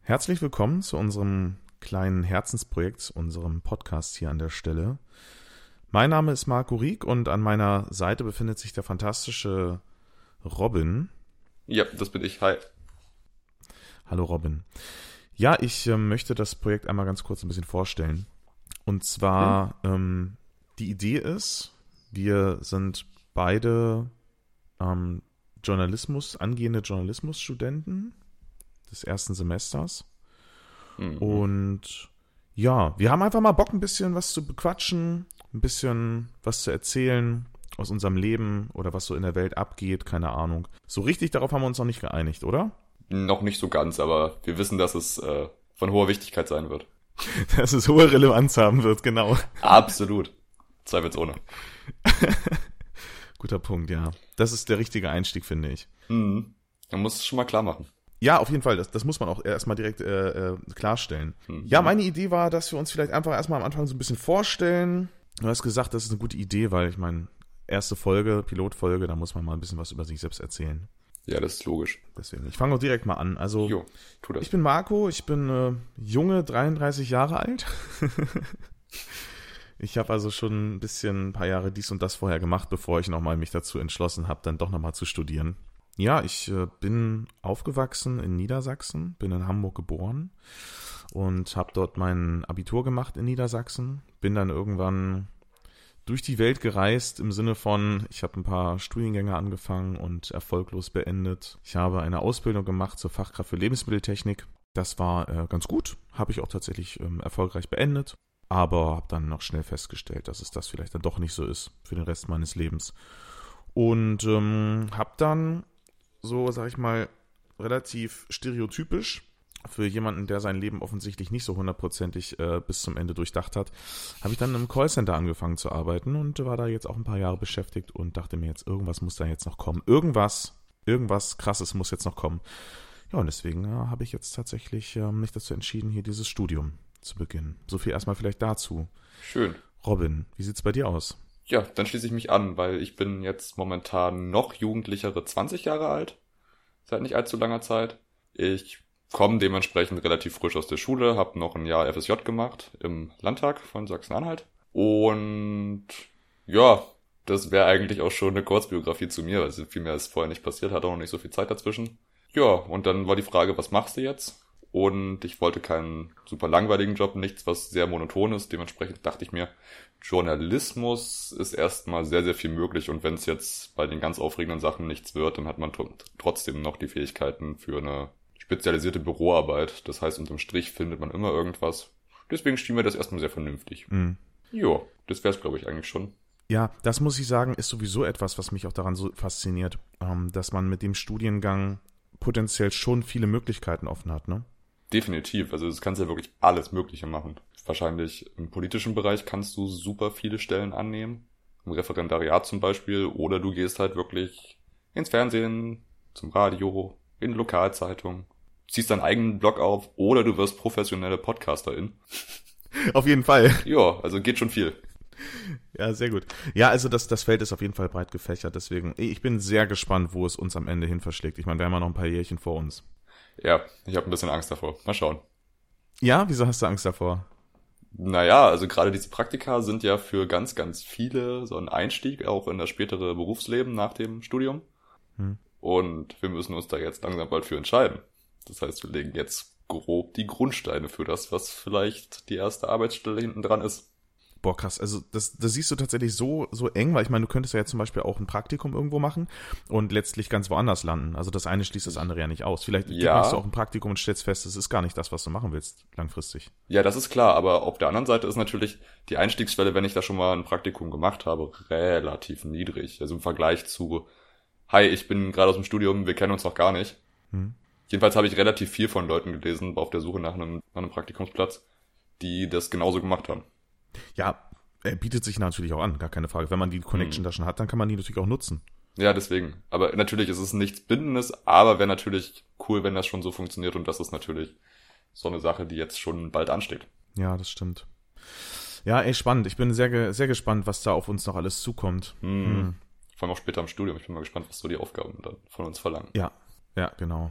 Herzlich willkommen zu unserem kleinen Herzensprojekt, unserem Podcast hier an der Stelle. Mein Name ist Marco Rieck und an meiner Seite befindet sich der fantastische Robin. Ja, das bin ich. Hi. Hallo Robin. Ja, ich möchte das Projekt einmal ganz kurz ein bisschen vorstellen. Und zwar, die Idee ist, wir sind beide angehende Journalismusstudenten des ersten Semesters. Und ja, wir haben einfach mal Bock, ein bisschen was zu bequatschen, ein bisschen was zu erzählen aus unserem Leben oder was so in der Welt abgeht, keine Ahnung. So richtig darauf haben wir uns noch nicht geeinigt, oder? Noch nicht so ganz, aber wir wissen, dass es von hoher Wichtigkeit sein wird. Dass es hohe Relevanz haben wird, genau. Absolut. Zweifelsohne. Guter Punkt, ja. Das ist der richtige Einstieg, finde ich. Man muss es schon mal klar machen. Ja, auf jeden Fall. Das muss man auch erstmal direkt klarstellen. Ja, meine Idee war, dass wir uns vielleicht einfach erstmal am Anfang so ein bisschen vorstellen. Du hast gesagt, das ist eine gute Idee, weil ich meine, erste Folge, Pilotfolge, da muss man mal ein bisschen was über sich selbst erzählen. Ja, das ist logisch. Deswegen, ich fange auch direkt mal an. Also, tu das. Ich bin Marco, ich bin junge 33 Jahre alt. Ich habe also schon ein paar Jahre dies und das vorher gemacht, bevor ich nochmal mich dazu entschlossen habe, dann doch nochmal zu studieren. Ja, ich bin aufgewachsen in Niedersachsen, bin in Hamburg geboren und habe dort mein Abitur gemacht in Niedersachsen. Bin dann irgendwann durch die Welt gereist im Sinne von, ich habe ein paar Studiengänge angefangen und erfolglos beendet. Ich habe eine Ausbildung gemacht zur Fachkraft für Lebensmitteltechnik. Das war ganz gut, habe ich auch tatsächlich erfolgreich beendet, aber habe dann noch schnell festgestellt, dass es das vielleicht dann doch nicht so ist für den Rest meines Lebens. Und habe dann so, sag ich mal, relativ stereotypisch für jemanden, der sein Leben offensichtlich nicht so hundertprozentig bis zum Ende durchdacht hat, habe ich dann im Callcenter angefangen zu arbeiten und war da jetzt auch ein paar Jahre beschäftigt und dachte mir jetzt, irgendwas muss da jetzt noch kommen. Irgendwas Krasses muss jetzt noch kommen. Ja, und deswegen habe ich jetzt tatsächlich mich dazu entschieden, hier dieses Studium zu beginnen. So viel erstmal vielleicht dazu. Schön. Robin, wie sieht's bei dir aus? Ja, dann schließe ich mich an, weil ich bin jetzt momentan noch jugendlichere 20 Jahre alt. Seit nicht allzu langer Zeit. Ich komme dementsprechend relativ frisch aus der Schule, habe noch ein Jahr FSJ gemacht im Landtag von Sachsen-Anhalt. Und ja, das wäre eigentlich auch schon eine Kurzbiografie zu mir, weil viel mehr ist vorher nicht passiert, hatte auch noch nicht so viel Zeit dazwischen. Ja, und dann war die Frage, was machst du jetzt? Und ich wollte keinen super langweiligen Job, nichts, was sehr monoton ist. Dementsprechend dachte ich mir, Journalismus ist erstmal sehr, sehr viel möglich. Und wenn es jetzt bei den ganz aufregenden Sachen nichts wird, dann hat man trotzdem noch die Fähigkeiten für eine spezialisierte Büroarbeit. Das heißt, unterm Strich findet man immer irgendwas. Deswegen schien mir das erstmal sehr vernünftig. Jo, das wäre es, glaube ich, eigentlich schon. Ja, das muss ich sagen, ist sowieso etwas, was mich auch daran so fasziniert, dass man mit dem Studiengang potenziell schon viele Möglichkeiten offen hat, ne? Definitiv, also das kannst ja wirklich alles Mögliche machen. Wahrscheinlich im politischen Bereich kannst du super viele Stellen annehmen, im Referendariat zum Beispiel, oder du gehst halt wirklich ins Fernsehen, zum Radio, in Lokalzeitung, ziehst deinen eigenen Blog auf, oder du wirst professionelle Podcasterin. Auf jeden Fall. Ja, also geht schon viel. Ja, sehr gut. Ja, also das Feld ist auf jeden Fall breit gefächert, deswegen, ich bin sehr gespannt, wo es uns am Ende hin verschlägt. Ich meine, wir haben ja noch ein paar Jährchen vor uns. Ja, ich habe ein bisschen Angst davor. Mal schauen. Ja, wieso hast du Angst davor? Naja, also gerade diese Praktika sind ja für ganz, ganz viele so ein Einstieg auch in das spätere Berufsleben nach dem Studium. Und wir müssen uns da jetzt langsam bald für entscheiden. Das heißt, wir legen jetzt grob die Grundsteine für das, was vielleicht die erste Arbeitsstelle hinten dran ist. Boah, krass. Also das siehst du tatsächlich so eng, weil ich meine, du könntest ja jetzt zum Beispiel auch ein Praktikum irgendwo machen und letztlich ganz woanders landen. Also das eine schließt das andere ja nicht aus. Vielleicht machst du auch ein Praktikum und stellst fest, es ist gar nicht das, was du machen willst, langfristig. Ja, das ist klar, aber auf der anderen Seite ist natürlich die Einstiegsschwelle, wenn ich da schon mal ein Praktikum gemacht habe, relativ niedrig. Also im Vergleich zu, hi, ich bin gerade aus dem Studium, wir kennen uns noch gar nicht. Jedenfalls habe ich relativ viel von Leuten gelesen auf der Suche nach einem Praktikumsplatz, die das genauso gemacht haben. Ja, er bietet sich natürlich auch an, gar keine Frage. Wenn man die Connection da schon hat, dann kann man die natürlich auch nutzen. Ja, deswegen. Aber natürlich ist es nichts Bindendes, aber wäre natürlich cool, wenn das schon so funktioniert und das ist natürlich so eine Sache, die jetzt schon bald ansteht. Ja, das stimmt. Ja, ey, spannend. Ich bin sehr, sehr gespannt, was da auf uns noch alles zukommt. Vor allem auch später im Studium. Ich bin mal gespannt, was so die Aufgaben dann von uns verlangen. Ja, genau.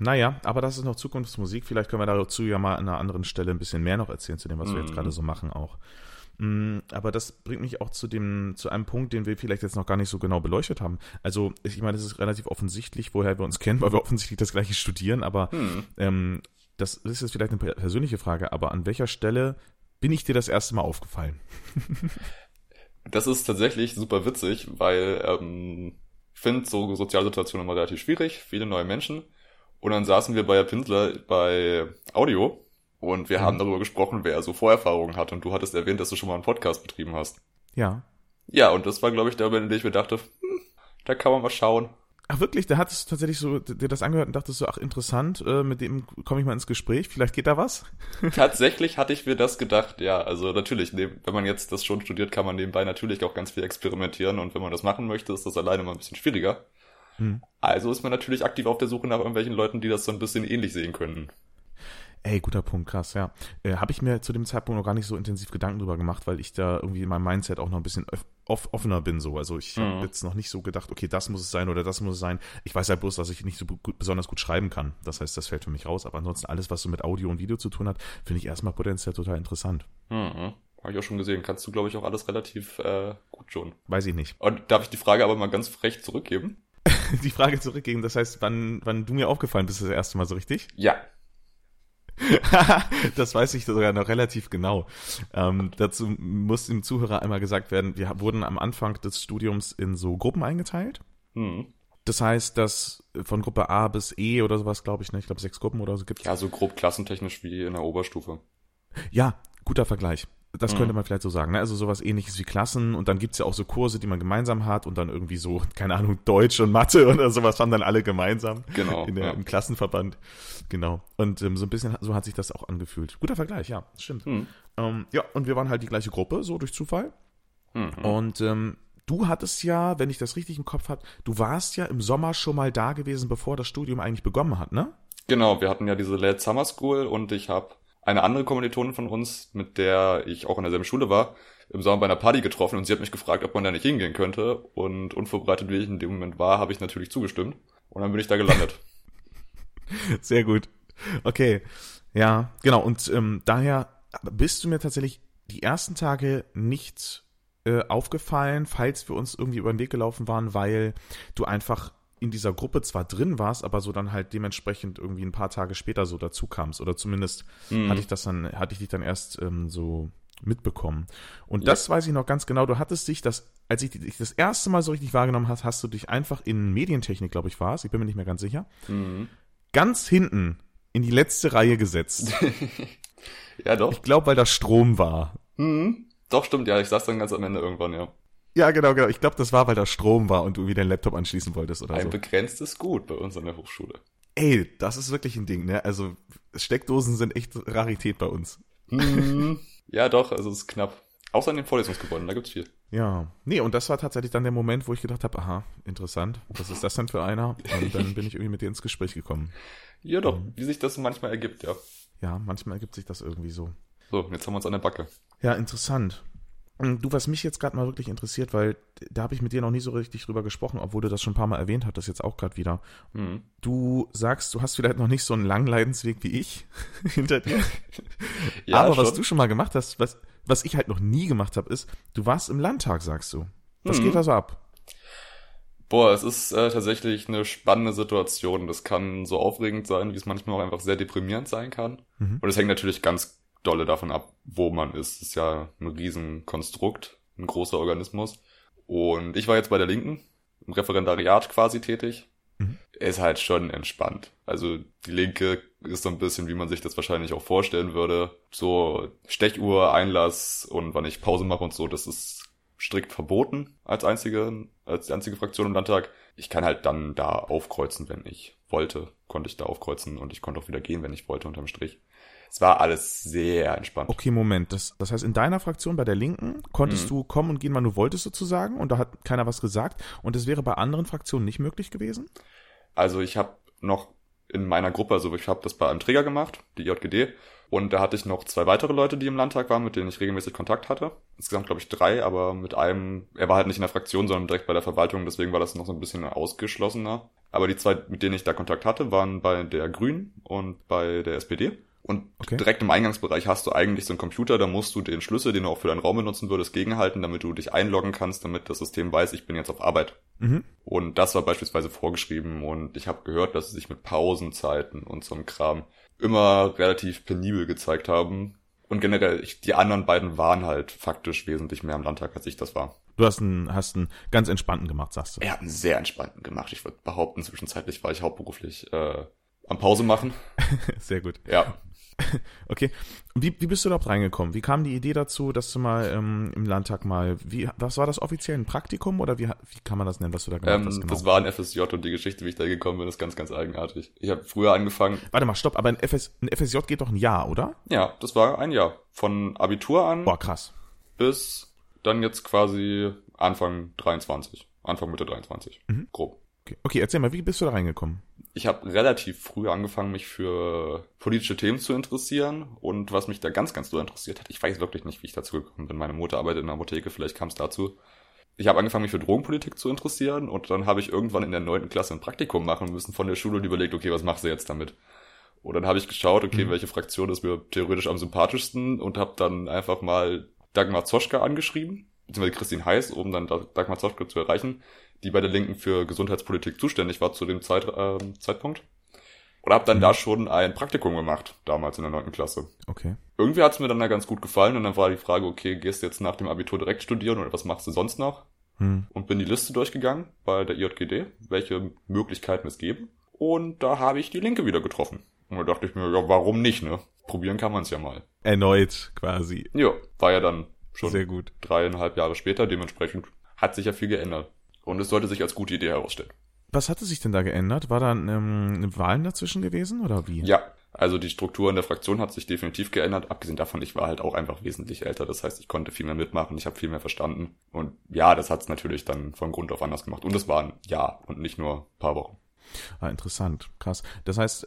Naja, aber das ist noch Zukunftsmusik. Vielleicht können wir dazu ja mal an einer anderen Stelle ein bisschen mehr noch erzählen, zu dem, was wir jetzt gerade so machen auch. Aber das bringt mich auch zu einem Punkt, den wir vielleicht jetzt noch gar nicht so genau beleuchtet haben. Also, ich meine, es ist relativ offensichtlich, woher wir uns kennen, weil wir offensichtlich das Gleiche studieren, aber das ist jetzt vielleicht eine persönliche Frage, aber an welcher Stelle bin ich dir das erste Mal aufgefallen? Das ist tatsächlich super witzig, weil ich finde so soziale Situationen immer relativ schwierig, viele neue Menschen. Und dann saßen wir bei Herr Pinsler bei Audio und wir haben darüber gesprochen, wer so Vorerfahrungen hat. Und du hattest erwähnt, dass du schon mal einen Podcast betrieben hast. Ja. Ja, und das war, glaube ich, der Moment, in dem ich mir dachte, da kann man mal schauen. Ach wirklich, da hattest du tatsächlich so dir das angehört und dachtest so, ach interessant, mit dem komme ich mal ins Gespräch, vielleicht geht da was? Tatsächlich hatte ich mir das gedacht, ja. Also natürlich, wenn man jetzt das schon studiert, kann man nebenbei natürlich auch ganz viel experimentieren. Und wenn man das machen möchte, ist das alleine mal ein bisschen schwieriger. Also ist man natürlich aktiv auf der Suche nach irgendwelchen Leuten, die das so ein bisschen ähnlich sehen könnten. Ey, guter Punkt, krass, ja. Habe ich mir zu dem Zeitpunkt noch gar nicht so intensiv Gedanken drüber gemacht, weil ich da irgendwie in meinem Mindset auch noch ein bisschen offener bin so. Also ich habe jetzt noch nicht so gedacht, okay, das muss es sein oder das muss es sein. Ich weiß halt bloß, dass ich nicht so besonders gut schreiben kann. Das heißt, das fällt für mich raus. Aber ansonsten alles, was so mit Audio und Video zu tun hat, finde ich erstmal potenziell total interessant. Habe ich auch schon gesehen. Kannst du, glaube ich, auch alles relativ gut schon. Weiß ich nicht. Und darf ich die Frage aber mal ganz frech zurückgeben? Die Frage zurückgeben, das heißt, wann du mir aufgefallen bist, das erste Mal so richtig? Ja. Das weiß ich sogar noch relativ genau. Dazu muss dem Zuhörer einmal gesagt werden, wir wurden am Anfang des Studiums in so Gruppen eingeteilt. Das heißt, dass von Gruppe A bis E oder sowas, glaube ich, ne? Ich glaube 6 Gruppen oder so gibt's. Ja, so grob klassentechnisch wie in der Oberstufe. Ja, guter Vergleich. Das könnte man vielleicht so sagen, ne? Also sowas ähnliches wie Klassen und dann gibt's ja auch so Kurse, die man gemeinsam hat und dann irgendwie so, keine Ahnung, Deutsch und Mathe oder sowas haben dann alle gemeinsam. Genau. Im Klassenverband. Genau. Und so ein bisschen, so hat sich das auch angefühlt. Guter Vergleich, ja, stimmt. Ja, und wir waren halt die gleiche Gruppe, so durch Zufall. Und du hattest ja, wenn ich das richtig im Kopf habe, du warst ja im Sommer schon mal da gewesen, bevor das Studium eigentlich begonnen hat, ne? Genau, wir hatten ja diese Late Summer School und ich habe eine andere Kommilitonin von uns, mit der ich auch in derselben Schule war, im Sommer bei einer Party getroffen und sie hat mich gefragt, ob man da nicht hingehen könnte. Und unvorbereitet, wie ich in dem Moment war, habe ich natürlich zugestimmt. Und dann bin ich da gelandet. Sehr gut. Okay. Ja, genau. Und daher bist du mir tatsächlich die ersten Tage nicht aufgefallen, falls wir uns irgendwie über den Weg gelaufen waren, weil du einfach in dieser Gruppe zwar drin warst, aber so dann halt dementsprechend irgendwie ein paar Tage später so dazu kamst. Oder zumindest hatte ich dich dann erst so mitbekommen. Und das weiß ich noch ganz genau. Du hattest dich, als ich dich das erste Mal so richtig wahrgenommen hast du dich einfach in Medientechnik, glaube ich, war's. Ich bin mir nicht mehr ganz sicher. Ganz hinten in die letzte Reihe gesetzt. Ja, doch. Ich glaube, weil da Strom war. Doch, stimmt, ja. Ich saß dann ganz am Ende irgendwann, ja. Ja, genau. Ich glaube, das war, weil da Strom war und du wieder deinen Laptop anschließen wolltest oder so. Ein begrenztes Gut bei uns an der Hochschule. Ey, das ist wirklich ein Ding, ne? Also Steckdosen sind echt Rarität bei uns. Ja, doch, also es ist knapp. Außer in den Vorlesungsgebäuden, da gibt's viel. Ja, nee, und das war tatsächlich dann der Moment, wo ich gedacht habe, aha, interessant, was ist das denn für einer? Und dann bin ich irgendwie mit dir ins Gespräch gekommen. Ja doch, wie sich das manchmal ergibt, ja. Ja, manchmal ergibt sich das irgendwie so. So, jetzt haben wir uns an der Backe. Ja, interessant. Du, was mich jetzt gerade mal wirklich interessiert, weil da habe ich mit dir noch nie so richtig drüber gesprochen, obwohl du das schon ein paar Mal erwähnt hattest, jetzt auch gerade wieder. Du sagst, du hast vielleicht noch nicht so einen langen Leidensweg wie ich hinter dir. Ja, aber schon. Was du schon mal gemacht hast, was ich halt noch nie gemacht habe, ist, du warst im Landtag, sagst du. Was geht da so ab? Boah, es ist tatsächlich eine spannende Situation. Das kann so aufregend sein, wie es manchmal auch einfach sehr deprimierend sein kann. Und es hängt natürlich ganz dolle davon ab, wo man ist. Es ist ja ein Riesenkonstrukt, ein großer Organismus. Und ich war jetzt bei der Linken, im Referendariat quasi tätig. Ist halt schon entspannt. Also die Linke ist so ein bisschen, wie man sich das wahrscheinlich auch vorstellen würde. So Stechuhr, Einlass und wann ich Pause mache und so, das ist strikt verboten als einzige Fraktion im Landtag. Ich kann halt dann da aufkreuzen, wenn ich wollte. Konnte ich da aufkreuzen und ich konnte auch wieder gehen, wenn ich wollte, unterm Strich. Es war alles sehr entspannt. Okay, Moment. Das heißt, in deiner Fraktion bei der Linken konntest du kommen und gehen, wann du wolltest sozusagen und da hat keiner was gesagt und das wäre bei anderen Fraktionen nicht möglich gewesen? Also ich habe noch in meiner Gruppe, also ich habe das bei einem Träger gemacht, die JGD, und da hatte ich noch 2 weitere Leute, die im Landtag waren, mit denen ich regelmäßig Kontakt hatte. Insgesamt glaube ich 3, aber mit einem, er war halt nicht in der Fraktion, sondern direkt bei der Verwaltung, deswegen war das noch so ein bisschen ausgeschlossener. Aber die zwei, mit denen ich da Kontakt hatte, waren bei der Grünen und bei der SPD. Und direkt im Eingangsbereich hast du eigentlich so einen Computer, da musst du den Schlüssel, den du auch für deinen Raum benutzen würdest, gegenhalten, damit du dich einloggen kannst, damit das System weiß, ich bin jetzt auf Arbeit. Und das war beispielsweise vorgeschrieben und ich habe gehört, dass sie sich mit Pausenzeiten und so einem Kram immer relativ penibel gezeigt haben. Und generell, die anderen beiden waren halt faktisch wesentlich mehr im Landtag, als ich das war. Du hast einen ganz entspannten gemacht, sagst du. Er hat einen sehr entspannten gemacht. Ich würde behaupten, zwischenzeitlich war ich hauptberuflich am Pause machen. Sehr gut. Ja. Okay. Und wie bist du da reingekommen? Wie kam die Idee dazu, dass du mal im Landtag mal, was war das offiziell, ein Praktikum oder wie kann man das nennen, was du da gemacht hast? Genau? Das war ein FSJ und die Geschichte, wie ich da gekommen bin, ist ganz, ganz eigenartig. Ich habe früher angefangen. Warte mal, stopp, aber ein FSJ geht doch ein Jahr, oder? Ja, das war ein Jahr. Von Abitur an. Boah, krass. Bis dann jetzt quasi Anfang Mitte 23. Grob. Okay, erzähl mal, wie bist du da reingekommen? Ich habe relativ früh angefangen, mich für politische Themen zu interessieren. Und was mich da ganz, ganz doll interessiert hat, ich weiß wirklich nicht, wie ich dazu gekommen bin. Meine Mutter arbeitet in der Apotheke, vielleicht kam es dazu. Ich habe angefangen, mich für Drogenpolitik zu interessieren. Und dann habe ich irgendwann in der 9. Klasse ein Praktikum machen müssen von der Schule und überlegt, okay, was machst du jetzt damit? Und dann habe ich geschaut, okay, welche Fraktion ist mir theoretisch am sympathischsten und habe dann einfach mal Dagmar Zoschka angeschrieben, beziehungsweise Christine Heiß, um dann Dagmar Zoschka zu erreichen, die bei der Linken für Gesundheitspolitik zuständig war zu dem Zeitpunkt. Und habe dann da schon ein Praktikum gemacht, damals in der 9. Klasse. Okay. Irgendwie hat es mir dann da ganz gut gefallen und dann war die Frage, okay, gehst du jetzt nach dem Abitur direkt studieren oder was machst du sonst noch? Und bin die Liste durchgegangen bei der IJGD, welche Möglichkeiten es geben. Und da habe ich die Linke wieder getroffen. Und da dachte ich mir, ja, warum nicht, ne? Probieren kann man es ja mal. Erneut quasi. Ja, war ja dann schon sehr gut. 3,5 Jahre später, dementsprechend hat sich ja viel geändert. Und es sollte sich als gute Idee herausstellen. Was hatte sich denn da geändert? War da eine Wahlen dazwischen gewesen oder wie? Ja, also die Struktur in der Fraktion hat sich definitiv geändert. Abgesehen davon, ich war halt auch einfach wesentlich älter. Das heißt, ich konnte viel mehr mitmachen, ich habe viel mehr verstanden. Und ja, das hat es natürlich dann von Grund auf anders gemacht. Und es war ein Jahr und nicht nur ein paar Wochen. Ah, interessant, krass. Das heißt,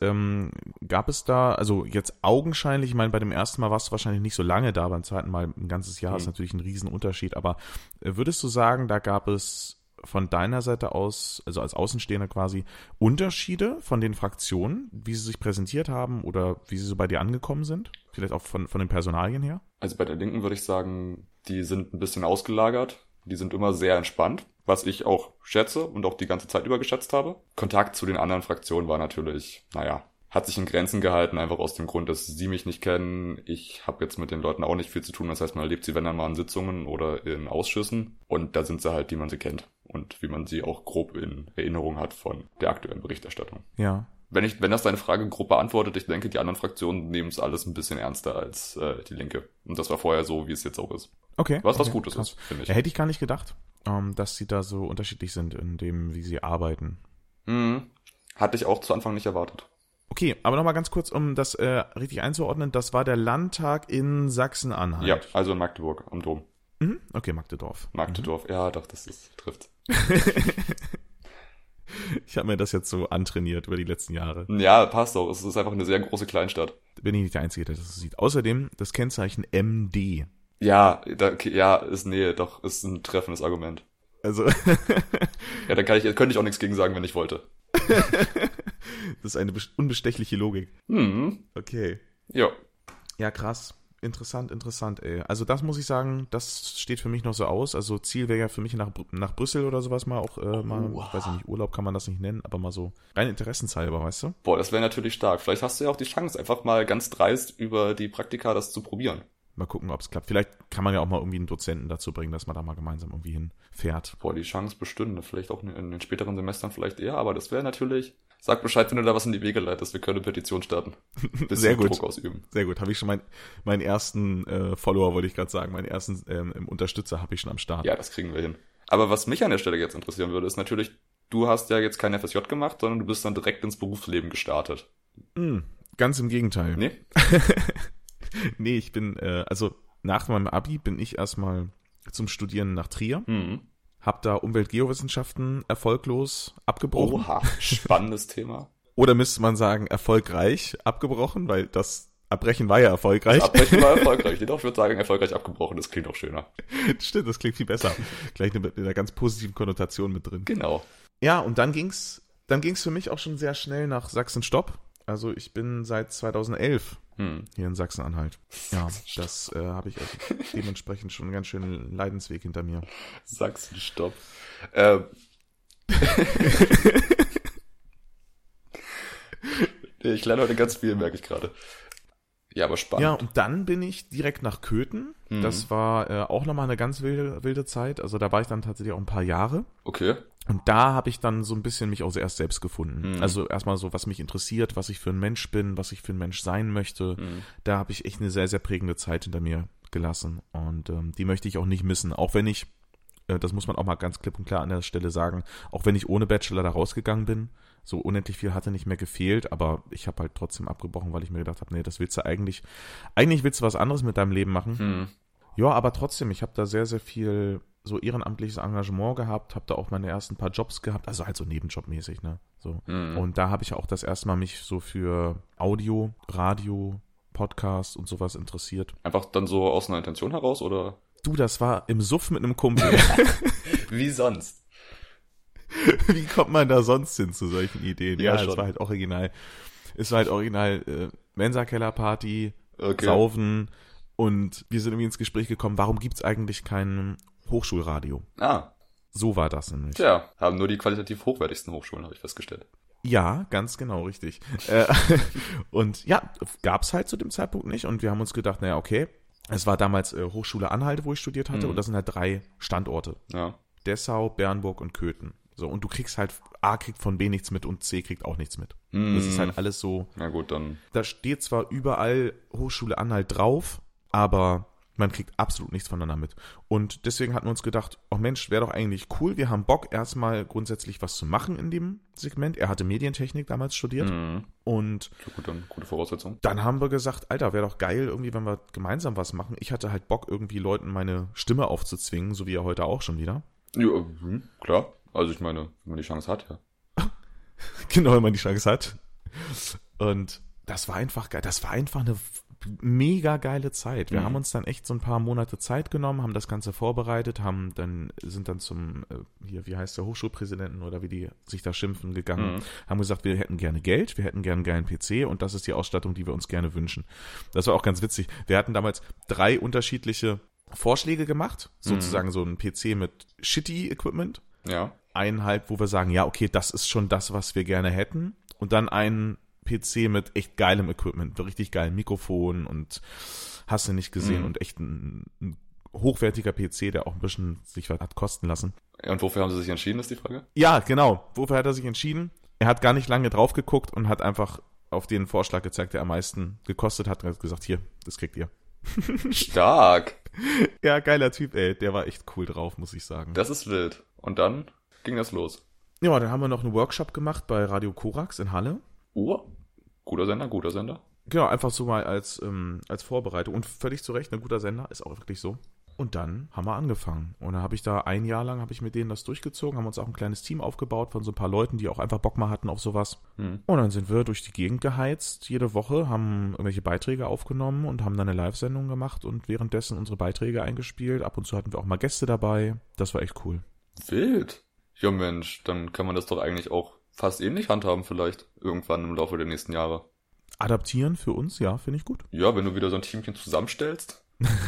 gab es da, also jetzt augenscheinlich, ich meine, bei dem ersten Mal warst du wahrscheinlich nicht so lange da, beim zweiten Mal ein ganzes Jahr ist natürlich ein Riesenunterschied, aber würdest du sagen, da gab es von deiner Seite aus, also als Außenstehender quasi, Unterschiede von den Fraktionen, wie sie sich präsentiert haben oder wie sie so bei dir angekommen sind? Vielleicht auch von den Personalien her? Also bei der Linken würde ich sagen, die sind ein bisschen ausgelagert. Die sind immer sehr entspannt, was ich auch schätze und auch die ganze Zeit über geschätzt habe. Kontakt zu den anderen Fraktionen war natürlich, hat sich in Grenzen gehalten, einfach aus dem Grund, dass sie mich nicht kennen. Ich habe jetzt mit den Leuten auch nicht viel zu tun. Das heißt, man erlebt sie, wenn dann mal in Sitzungen oder in Ausschüssen. Und da sind sie halt, wie man sie kennt. Und wie man sie auch grob in Erinnerung hat von der aktuellen Berichterstattung. Ja. Wenn das deine Frage grob beantwortet, ich denke, die anderen Fraktionen nehmen es alles ein bisschen ernster als die Linke. Und das war vorher so, wie es jetzt auch ist. Okay. Was Gutes ist, finde ich. Ja, hätte ich gar nicht gedacht, dass sie da so unterschiedlich sind in dem, wie sie arbeiten. Hatte ich auch zu Anfang nicht erwartet. Okay, aber nochmal ganz kurz, um das richtig einzuordnen, das war der Landtag in Sachsen-Anhalt. Ja, also in Magdeburg am Dom. Okay, Magdeburg. Ja, doch, trifft. Ich habe mir das jetzt so antrainiert über die letzten Jahre. Ja, passt auch. Es ist einfach eine sehr große Kleinstadt. Bin ich nicht der Einzige, der das so sieht. Außerdem das Kennzeichen MD. Ja, ist ein treffendes Argument. Also. Ja, könnte ich auch nichts gegen sagen, wenn ich wollte. Das ist eine unbestechliche Logik. Okay. Ja. Ja, krass. Interessant, ey. Also das muss ich sagen, das steht für mich noch so aus. Also Ziel wäre ja für mich nach Brüssel oder sowas mal auch, ich weiß nicht, Urlaub kann man das nicht nennen, aber mal so rein interessenshalber, weißt du? Boah, das wäre natürlich stark. Vielleicht hast du ja auch die Chance, einfach mal ganz dreist über die Praktika das zu probieren. Mal gucken, ob es klappt. Vielleicht kann man ja auch mal irgendwie einen Dozenten dazu bringen, dass man da mal gemeinsam irgendwie hinfährt. Boah, die Chance bestünde. Vielleicht auch in den späteren Semestern vielleicht eher, aber das wäre natürlich... Sag Bescheid, wenn du da was in die Wege leitest. Wir können eine Petition starten. Sehr gut. Druck ausüben. Sehr gut. Habe ich schon meinen ersten Follower, wollte ich gerade sagen, meinen ersten Unterstützer habe ich schon am Start. Ja, das kriegen wir hin. Aber was mich an der Stelle jetzt interessieren würde, ist natürlich, du hast ja jetzt kein FSJ gemacht, sondern du bist dann direkt ins Berufsleben gestartet. Ganz im Gegenteil. Nee? Nee, ich bin, also nach meinem Abi bin ich erstmal zum Studieren nach Trier. Hab da Umweltgeowissenschaften erfolglos abgebrochen. Oha, spannendes Thema. Oder müsste man sagen, erfolgreich abgebrochen, weil das Abbrechen war ja erfolgreich. Das Abbrechen war erfolgreich. Ich würde sagen, erfolgreich abgebrochen, das klingt auch schöner. Stimmt, das klingt viel besser. Gleich mit einer ganz positiven Konnotation mit drin. Genau. Ja, und dann ging's dann ging es für mich auch schon sehr schnell nach Sachsen-Stopp. Also ich bin seit 2011 hier in Sachsen-Anhalt. Ja, das habe ich also dementsprechend schon einen ganz schönen Leidensweg hinter mir. Sachsen-Stopp. Ich lerne heute ganz viel, merke ich gerade. Ja, aber spannend. Ja, und dann bin ich direkt nach Köthen. Das war auch nochmal eine ganz wilde Zeit. Also da war ich dann tatsächlich auch ein paar Jahre. Okay. Und da habe ich dann so ein bisschen mich auch erst selbst gefunden. Also erstmal so, was mich interessiert, was ich für ein Mensch bin, was ich für ein Mensch sein möchte. Da habe ich echt eine sehr, sehr prägende Zeit hinter mir gelassen. Und die möchte ich auch nicht missen. Auch wenn ich, das muss man auch mal ganz klipp und klar an der Stelle sagen, auch wenn ich ohne Bachelor da rausgegangen bin, so unendlich viel hatte nicht mehr gefehlt, aber ich habe halt trotzdem abgebrochen, weil ich mir gedacht habe, nee, das willst du eigentlich willst du was anderes mit deinem Leben machen. Ja, aber trotzdem, ich habe da sehr, sehr viel so ehrenamtliches Engagement gehabt, habe da auch meine ersten paar Jobs gehabt, also halt so nebenjobmäßig, ne, so. Und da habe ich auch das erste Mal mich so für Audio, Radio, Podcast und sowas interessiert. Einfach dann so aus einer Intention heraus, oder? Du, das war im Suff mit einem Kumpel. Wie sonst? Wie kommt man da sonst hin zu solchen Ideen? Ja, es war halt original. Es war halt original Mensa-Keller-Party, Okay. Saufen und wir sind irgendwie ins Gespräch gekommen, warum gibt's eigentlich kein Hochschulradio? Ah, So war das nämlich. tja, haben nur die qualitativ hochwertigsten Hochschulen, habe ich festgestellt. Ja, ganz genau, richtig. Und ja, gab's halt zu dem Zeitpunkt nicht und wir haben uns gedacht, naja, okay, es war damals Hochschule Anhalt, wo ich studiert hatte und das sind halt 3 Standorte. Ja. Dessau, Bernburg und Köthen. So, und du kriegst halt, A kriegt von B nichts mit und C kriegt auch nichts mit. Das ist halt alles so. Na gut, dann. Da steht zwar überall Hochschule Anhalt drauf, aber man kriegt absolut nichts voneinander mit. Und deswegen hatten wir uns gedacht, oh Mensch, wäre doch eigentlich cool. Wir haben Bock, erstmal grundsätzlich was zu machen in dem Segment. Er hatte Medientechnik damals studiert. Und So gut, dann gute Voraussetzung. dann haben wir gesagt, Alter, wäre doch geil, irgendwie, wenn wir gemeinsam was machen. Ich hatte halt Bock, irgendwie Leuten meine Stimme aufzuzwingen, so wie er heute auch schon wieder. Ja, klar. Also ich meine, wenn man die Chance hat, ja. Genau, wenn man die Chance hat. Und das war einfach geil. Das war einfach eine mega geile Zeit. Wir haben uns dann echt so ein paar Monate Zeit genommen, haben das Ganze vorbereitet, sind dann zum, wie heißt der, Hochschulpräsidenten oder wie die sich da schimpfen, gegangen, haben gesagt, wir hätten gerne Geld, wir hätten gerne einen geilen PC und das ist die Ausstattung, die wir uns gerne wünschen. Das war auch ganz witzig. Wir hatten damals 3 unterschiedliche Vorschläge gemacht, sozusagen so ein PC mit shitty Equipment. Ja. Einen halt, wo wir sagen, ja, okay, das ist schon das, was wir gerne hätten. Und dann einen PC mit echt geilem Equipment, richtig geilem Mikrofon und hast du nicht gesehen und echt ein hochwertiger PC, der auch ein bisschen sich was hat kosten lassen. Ja, und wofür haben sie sich entschieden, ist die Frage? Ja, genau. Wofür hat er sich entschieden? Er hat gar nicht lange drauf geguckt und hat einfach auf den Vorschlag gezeigt, der am meisten gekostet hat und hat gesagt, hier, das kriegt ihr. Stark. Ja, geiler Typ, ey. Der war echt cool drauf, muss ich sagen. Das ist wild. Und dann ging das los. Ja, dann haben wir noch einen Workshop gemacht bei Radio Korax in Halle. Guter Sender, guter Sender. Genau, einfach so mal als Vorbereitung. Und völlig zu Recht, ein guter Sender, ist auch wirklich so. Und dann haben wir angefangen. Und dann habe ich da ein Jahr lang, mit denen das durchgezogen, haben uns auch ein kleines Team aufgebaut von so ein paar Leuten, die auch einfach Bock mal hatten auf sowas. Und dann sind wir durch die Gegend geheizt, jede Woche, haben irgendwelche Beiträge aufgenommen und haben dann eine Live-Sendung gemacht und währenddessen unsere Beiträge eingespielt. Ab und zu hatten wir auch mal Gäste dabei. Das war echt cool. Wild. Ja Mensch, dann kann man das doch eigentlich auch fast ähnlich handhaben vielleicht. Irgendwann im Laufe der nächsten Jahre. Adaptieren für uns, ja, finde ich gut. Ja, wenn du wieder so ein Teamchen zusammenstellst.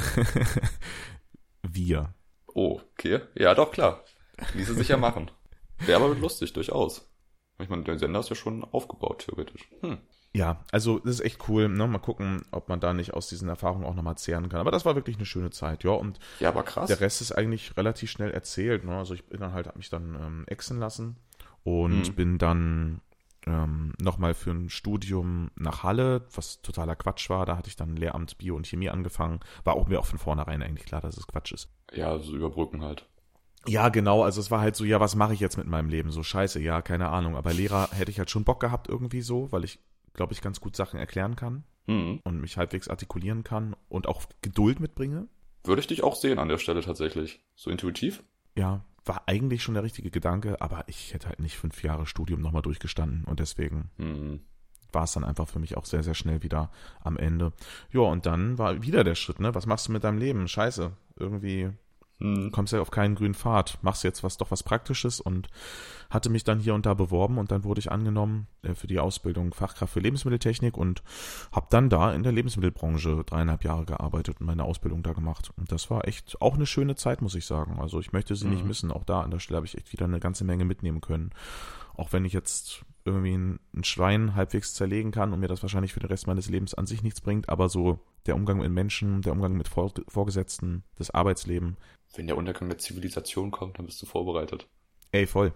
Wir. Oh, okay. Ja, doch, klar. Ließe sich ja machen. Wäre aber lustig, durchaus. Ich meine, der Sender ist ja schon aufgebaut, theoretisch. Ja, also das ist echt cool. Ne? Mal gucken, ob man da nicht aus diesen Erfahrungen auch nochmal zehren kann. Aber das war wirklich eine schöne Zeit, ja. Und ja, aber krass. Der Rest ist eigentlich relativ schnell erzählt. Ne? Also ich bin dann halt, habe mich dann exen lassen und bin dann nochmal für ein Studium nach Halle, was totaler Quatsch war. Da hatte ich dann Lehramt Bio und Chemie angefangen. War auch mir auch von vornherein eigentlich klar, dass es Quatsch ist. Ja, so überbrücken halt. Ja, genau. Also es war halt so, ja, was mache ich jetzt mit meinem Leben? So scheiße, ja, keine Ahnung. Aber Lehrer hätte ich halt schon Bock gehabt irgendwie so, weil ich, glaube ich, ganz gut Sachen erklären kann und mich halbwegs artikulieren kann und auch Geduld mitbringe. Würde ich dich auch sehen an der Stelle tatsächlich. So intuitiv? Ja, war eigentlich schon der richtige Gedanke, aber ich hätte halt nicht 5 Jahre Studium nochmal durchgestanden und deswegen war es dann einfach für mich auch sehr, sehr schnell wieder am Ende. Ja, und dann war wieder der Schritt, ne? Was machst du mit deinem Leben? Scheiße, irgendwie Kommst ja auf keinen grünen Pfad, machst jetzt was Praktisches und hatte mich dann hier und da beworben und dann wurde ich angenommen für die Ausbildung Fachkraft für Lebensmitteltechnik und habe dann da in der Lebensmittelbranche 3,5 Jahre gearbeitet und meine Ausbildung da gemacht. Und das war echt auch eine schöne Zeit, muss ich sagen. Also ich möchte sie nicht missen. Auch da an der Stelle habe ich echt wieder eine ganze Menge mitnehmen können. Auch wenn ich jetzt irgendwie ein Schwein halbwegs zerlegen kann und mir das wahrscheinlich für den Rest meines Lebens an sich nichts bringt, aber so der Umgang mit Menschen, der Umgang mit Vorgesetzten, das Arbeitsleben. Wenn der Untergang der Zivilisation kommt, dann bist du vorbereitet. Ey, voll.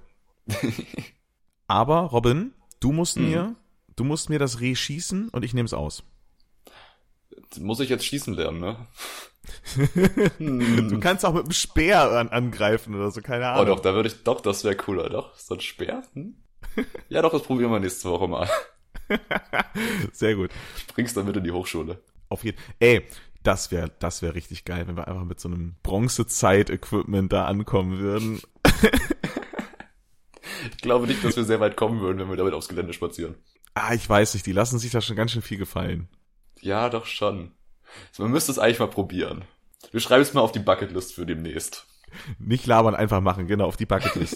Aber, Robin, du musst mir das Reh schießen und ich nehme es aus. Muss ich jetzt schießen lernen, ne? Du kannst auch mit einem Speer angreifen oder so, keine Ahnung. Oh doch, das wäre cooler, doch. So ein Speer? Ja doch, das probieren wir nächste Woche mal. Sehr gut. Ich bring's dann mit in die Hochschule. Auf jeden Fall. Ey, das wär richtig geil, wenn wir einfach mit so einem Bronzezeit-Equipment da ankommen würden. Ich glaube nicht, dass wir sehr weit kommen würden, wenn wir damit aufs Gelände spazieren. Ich weiß nicht, die lassen sich da schon ganz schön viel gefallen. Ja, doch schon. Also man müsste es eigentlich mal probieren. Wir schreiben es mal auf die Bucketlist für demnächst. Nicht labern, einfach machen, genau, auf die Bucketlist.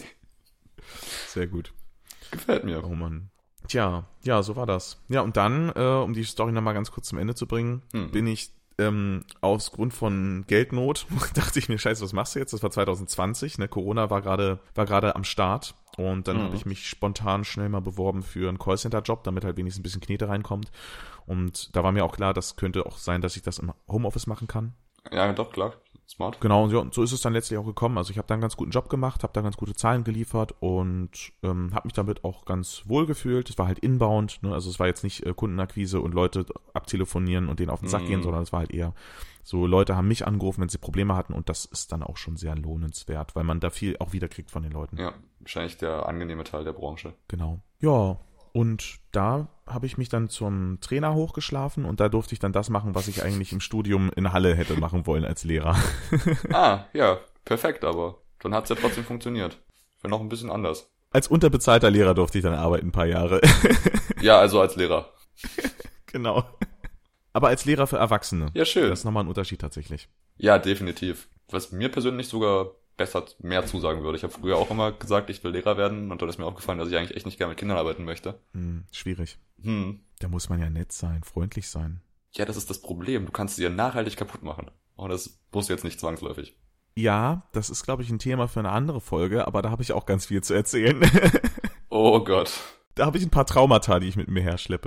Sehr gut. Gefällt mir. Oh Mann. Tja, ja, so war das. Ja, und dann, um die Story nochmal ganz kurz zum Ende zu bringen, bin ich aus Grund von Geldnot, dachte ich mir, scheiße, was machst du jetzt? Das war 2020, ne? Corona war gerade am Start und dann habe ich mich spontan schnell mal beworben für einen Callcenter-Job, damit halt wenigstens ein bisschen Knete reinkommt. Und da war mir auch klar, das könnte auch sein, dass ich das im Homeoffice machen kann. Ja, doch, klar. Smart. Genau, und so ist es dann letztlich auch gekommen. Also ich habe da einen ganz guten Job gemacht, habe da ganz gute Zahlen geliefert und habe mich damit auch ganz wohl gefühlt. Es war halt inbound, ne? Also es war jetzt nicht Kundenakquise und Leute abtelefonieren und denen auf den Sack gehen, sondern es war halt eher so, Leute haben mich angerufen, wenn sie Probleme hatten und das ist dann auch schon sehr lohnenswert, weil man da viel auch wiederkriegt von den Leuten. Ja, wahrscheinlich der angenehme Teil der Branche. Genau. Ja, und da habe ich mich dann zum Trainer hochgeschlafen und da durfte ich dann das machen, was ich eigentlich im Studium in Halle hätte machen wollen als Lehrer. Ja, perfekt, aber dann hat's ja trotzdem funktioniert. Wäre noch ein bisschen anders. Als unterbezahlter Lehrer durfte ich dann arbeiten, ein paar Jahre. Ja, also als Lehrer. Genau. Aber als Lehrer für Erwachsene. Ja, schön. Das ist nochmal ein Unterschied tatsächlich. Ja, definitiv. Was mir persönlich sogar mehr zusagen würde. Ich habe früher auch immer gesagt, ich will Lehrer werden und dann ist mir aufgefallen, dass ich eigentlich echt nicht gerne mit Kindern arbeiten möchte. Schwierig. Da muss man ja nett sein, freundlich sein. Ja, das ist das Problem. Du kannst sie ja nachhaltig kaputt machen. Und das muss jetzt nicht zwangsläufig. Ja, das ist, glaube ich, ein Thema für eine andere Folge, aber da habe ich auch ganz viel zu erzählen. Oh Gott. Da habe ich ein paar Traumata, die ich mit mir herschleppe.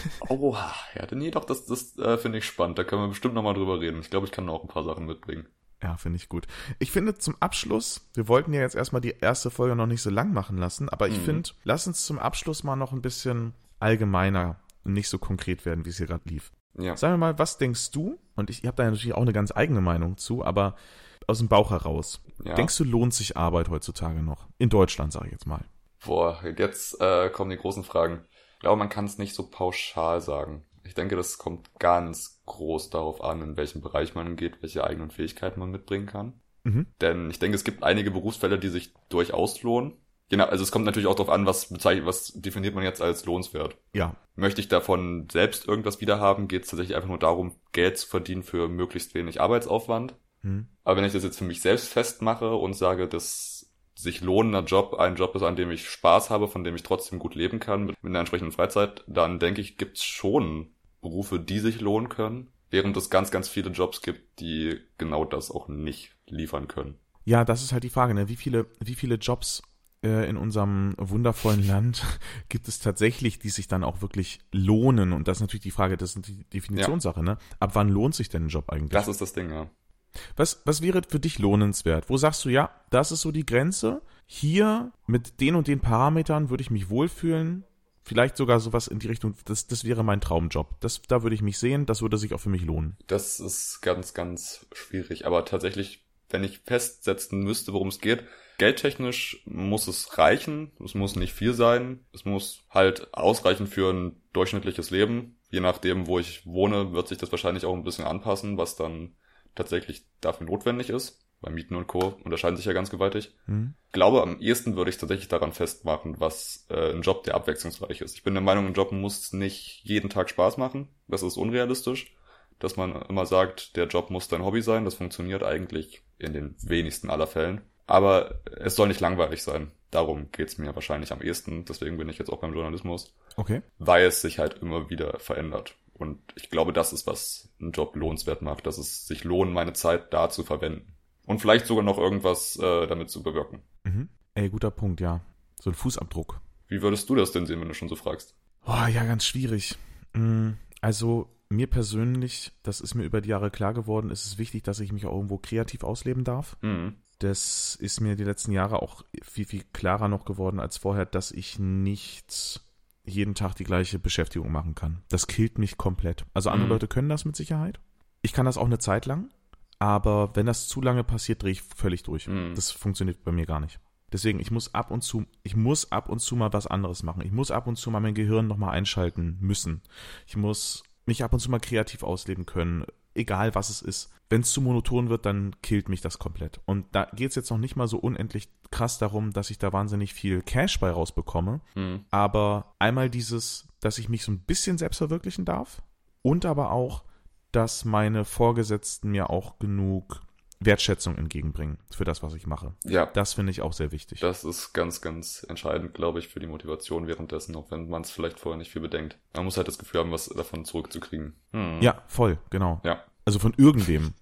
Oha, ja, nee, doch, das finde ich spannend. Da können wir bestimmt nochmal drüber reden. Ich glaube, ich kann auch ein paar Sachen mitbringen. Ja, finde ich gut. Ich finde zum Abschluss, wir wollten ja jetzt erstmal die erste Folge noch nicht so lang machen lassen, aber ich finde, lass uns zum Abschluss mal noch ein bisschen allgemeiner und nicht so konkret werden, wie es hier gerade lief. Ja. Sag mir mal, was denkst du? Und ich habe da natürlich auch eine ganz eigene Meinung zu, aber aus dem Bauch heraus. Ja. Denkst du, lohnt sich Arbeit heutzutage noch? In Deutschland, sage ich jetzt mal. Boah, jetzt kommen die großen Fragen. Ich glaube, man kann es nicht so pauschal sagen. Ich denke, das kommt ganz groß darauf an, in welchem Bereich man geht, welche eigenen Fähigkeiten man mitbringen kann. Denn ich denke, es gibt einige Berufsfelder, die sich durchaus lohnen. Genau, also es kommt natürlich auch darauf an, was definiert man jetzt als lohnenswert. Ja. Möchte ich davon selbst irgendwas wiederhaben, geht es tatsächlich einfach nur darum, Geld zu verdienen für möglichst wenig Arbeitsaufwand. Aber wenn ich das jetzt für mich selbst festmache und sage, dass sich lohnender Job ein Job ist, an dem ich Spaß habe, von dem ich trotzdem gut leben kann, mit einer entsprechenden Freizeit, dann denke ich, gibt es schon Berufe, die sich lohnen können, während es ganz, ganz viele Jobs gibt, die genau das auch nicht liefern können. Ja, das ist halt die Frage, ne? Wie viele Jobs in unserem wundervollen Land gibt es tatsächlich, die sich dann auch wirklich lohnen? Und das ist natürlich die Frage, das ist die Definitionssache, ne? Ab wann lohnt sich denn ein Job eigentlich? Das ist das Ding, ja. Was wäre für dich lohnenswert? Wo sagst du, ja, das ist so die Grenze? Hier mit den und den Parametern würde ich mich wohlfühlen. Vielleicht sogar sowas in die Richtung, das wäre mein Traumjob. Da würde ich mich sehen, das würde sich auch für mich lohnen. Das ist ganz, ganz schwierig. Aber tatsächlich, wenn ich festsetzen müsste, worum es geht, geldtechnisch muss es reichen. Es muss nicht viel sein. Es muss halt ausreichen für ein durchschnittliches Leben. Je nachdem, wo ich wohne, wird sich das wahrscheinlich auch ein bisschen anpassen, was dann tatsächlich dafür notwendig ist. Bei Mieten und Co. unterscheiden sich ja ganz gewaltig. Ich glaube, am ehesten würde ich tatsächlich daran festmachen, was ein Job, der abwechslungsreich ist. Ich bin der Meinung, ein Job muss nicht jeden Tag Spaß machen. Das ist unrealistisch. Dass man immer sagt, der Job muss dein Hobby sein, das funktioniert eigentlich in den wenigsten aller Fällen. Aber es soll nicht langweilig sein. Darum geht's mir wahrscheinlich am ehesten. Deswegen bin ich jetzt auch beim Journalismus. Okay. Weil es sich halt immer wieder verändert. Und ich glaube, das ist, was einen Job lohnenswert macht, dass es sich lohnt, meine Zeit da zu verwenden. Und vielleicht sogar noch irgendwas damit zu bewirken. Mhm. Ey, guter Punkt, ja. So ein Fußabdruck. Wie würdest du das denn sehen, wenn du schon so fragst? Oh, ja, ganz schwierig. Also mir persönlich, das ist mir über die Jahre klar geworden, ist es wichtig, dass ich mich auch irgendwo kreativ ausleben darf. Mhm. Das ist mir die letzten Jahre auch viel, viel klarer noch geworden als vorher, dass ich nicht jeden Tag die gleiche Beschäftigung machen kann. Das killt mich komplett. Also andere Leute können das mit Sicherheit. Ich kann das auch eine Zeit lang, aber wenn das zu lange passiert, drehe ich völlig durch. Das funktioniert bei mir gar nicht. Deswegen, ich muss ab und zu mal was anderes machen. Ich muss ab und zu mal mein Gehirn nochmal einschalten müssen. Ich muss mich ab und zu mal kreativ ausleben können, egal was es ist. Wenn es zu monoton wird, dann killt mich das komplett. Und da geht es jetzt noch nicht mal so unendlich krass darum, dass ich da wahnsinnig viel Cash bei rausbekomme. Aber einmal dieses, dass ich mich so ein bisschen selbst verwirklichen darf und aber auch, dass meine Vorgesetzten mir auch genug Wertschätzung entgegenbringen für das, was ich mache. Ja. Das finde ich auch sehr wichtig. Das ist ganz, ganz entscheidend, glaube ich, für die Motivation währenddessen, auch wenn man es vielleicht vorher nicht viel bedenkt. Man muss halt das Gefühl haben, was davon zurückzukriegen. Ja, voll, genau. Ja. Also von irgendwem.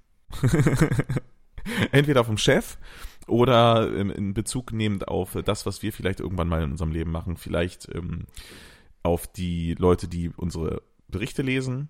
Entweder vom Chef oder in Bezug nehmend auf das, was wir vielleicht irgendwann mal in unserem Leben machen. Vielleicht auf die Leute, die unsere Berichte lesen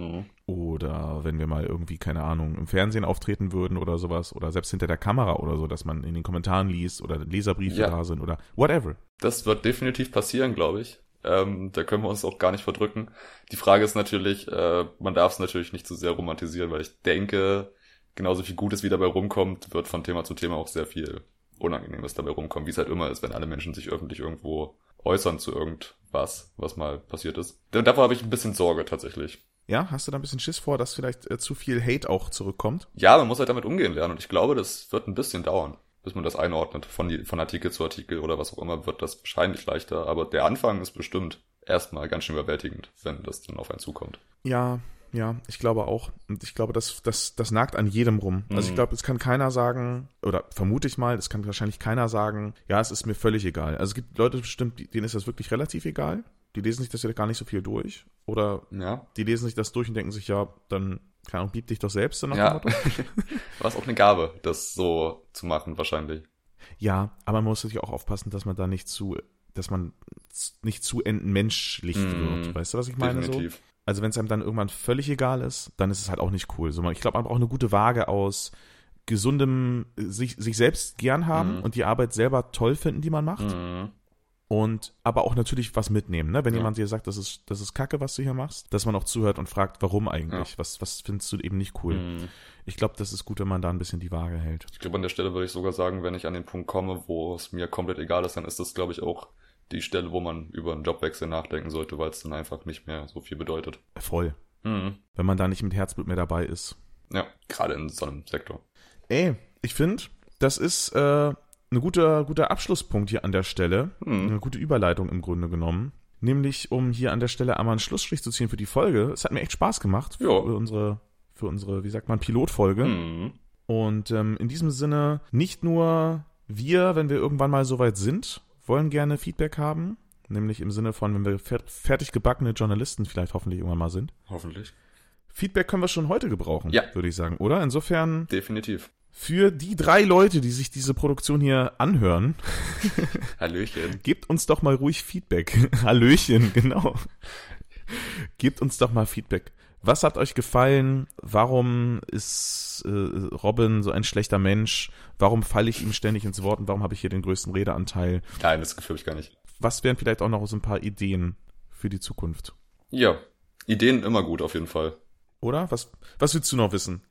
oder wenn wir mal irgendwie, keine Ahnung, im Fernsehen auftreten würden oder sowas oder selbst hinter der Kamera oder so, dass man in den Kommentaren liest oder Leserbriefe da sind oder whatever. Das wird definitiv passieren, glaube ich. Da können wir uns auch gar nicht verdrücken. Die Frage ist natürlich, man darf es natürlich nicht zu sehr romantisieren, weil ich denke, genauso viel Gutes wie dabei rumkommt, wird von Thema zu Thema auch sehr viel Unangenehmes dabei rumkommen, wie es halt immer ist, wenn alle Menschen sich öffentlich irgendwo äußern zu irgendwas, was mal passiert ist. Davor habe ich ein bisschen Sorge tatsächlich. Ja, hast du da ein bisschen Schiss vor, dass vielleicht zu viel Hate auch zurückkommt? Ja, man muss halt damit umgehen lernen und ich glaube, das wird ein bisschen dauern, bis man das einordnet. Von Artikel zu Artikel oder was auch immer wird das wahrscheinlich leichter, aber der Anfang ist bestimmt erstmal ganz schön überwältigend, wenn das dann auf einen zukommt. Ja, ich glaube auch. Und ich glaube, das nagt an jedem rum. Also ich glaube, es kann keiner sagen, oder vermute ich mal, es kann wahrscheinlich keiner sagen, ja, es ist mir völlig egal. Also es gibt Leute bestimmt, denen ist das wirklich relativ egal. Die lesen sich das ja gar nicht so viel durch. Oder die lesen sich das durch und denken sich, ja, dann, keine Ahnung, bieb dich doch selbst. Ja, war es auch eine Gabe, das so zu machen wahrscheinlich. Ja, aber man muss natürlich auch aufpassen, dass man da nicht zu entmenschlicht wird. Weißt du, was ich meine? Definitiv. So? Also wenn es einem dann irgendwann völlig egal ist, dann ist es halt auch nicht cool. So, ich glaube, man braucht eine gute Waage aus gesundem sich selbst gern haben und die Arbeit selber toll finden, die man macht. Und aber auch natürlich was mitnehmen, ne? Wenn jemand dir sagt, das ist Kacke, was du hier machst, dass man auch zuhört und fragt, warum eigentlich? Ja. Was findest du eben nicht cool? Ich glaube, das ist gut, wenn man da ein bisschen die Waage hält. Ich glaube, an der Stelle würde ich sogar sagen, wenn ich an den Punkt komme, wo es mir komplett egal ist, dann ist das, glaube ich, auch die Stelle, wo man über einen Jobwechsel nachdenken sollte, weil es dann einfach nicht mehr so viel bedeutet. Voll. Wenn man da nicht mit Herzblut mehr dabei ist. Ja, gerade in so einem Sektor. Ey, ich finde, das ist ein guter Abschlusspunkt hier an der Stelle. Eine gute Überleitung im Grunde genommen. Nämlich, um hier an der Stelle einmal einen Schlussstrich zu ziehen für die Folge. Es hat mir echt Spaß gemacht für unsere, wie sagt man, Pilotfolge. Und in diesem Sinne, nicht nur wir, wenn wir irgendwann mal soweit sind, wollen gerne Feedback haben. Nämlich im Sinne von, wenn wir fertig gebackene Journalisten vielleicht hoffentlich irgendwann mal sind. Hoffentlich. Feedback können wir schon heute gebrauchen, würde ich sagen, oder? Insofern. Definitiv. Für die 3 Leute, die sich diese Produktion hier anhören. Hallöchen. Gebt uns doch mal ruhig Feedback. Hallöchen, genau. Gebt uns doch mal Feedback. Was hat euch gefallen? Warum ist Robin so ein schlechter Mensch? Warum falle ich ihm ständig ins Wort und warum habe ich hier den größten Redeanteil? Nein, das Gefühl habe ich gar nicht. Was wären vielleicht auch noch so ein paar Ideen für die Zukunft? Ja, Ideen immer gut auf jeden Fall. Oder? Was willst du noch wissen?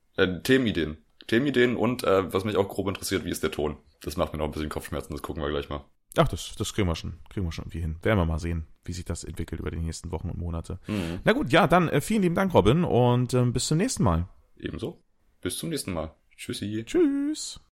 Themenideen und was mich auch grob interessiert, wie ist der Ton? Das macht mir noch ein bisschen Kopfschmerzen, das gucken wir gleich mal. Ach, das kriegen wir schon irgendwie hin. Werden wir mal sehen, wie sich das entwickelt über die nächsten Wochen und Monate. Na gut, ja, dann vielen lieben Dank, Robin, und bis zum nächsten Mal. Ebenso. Bis zum nächsten Mal. Tschüssi. Tschüss.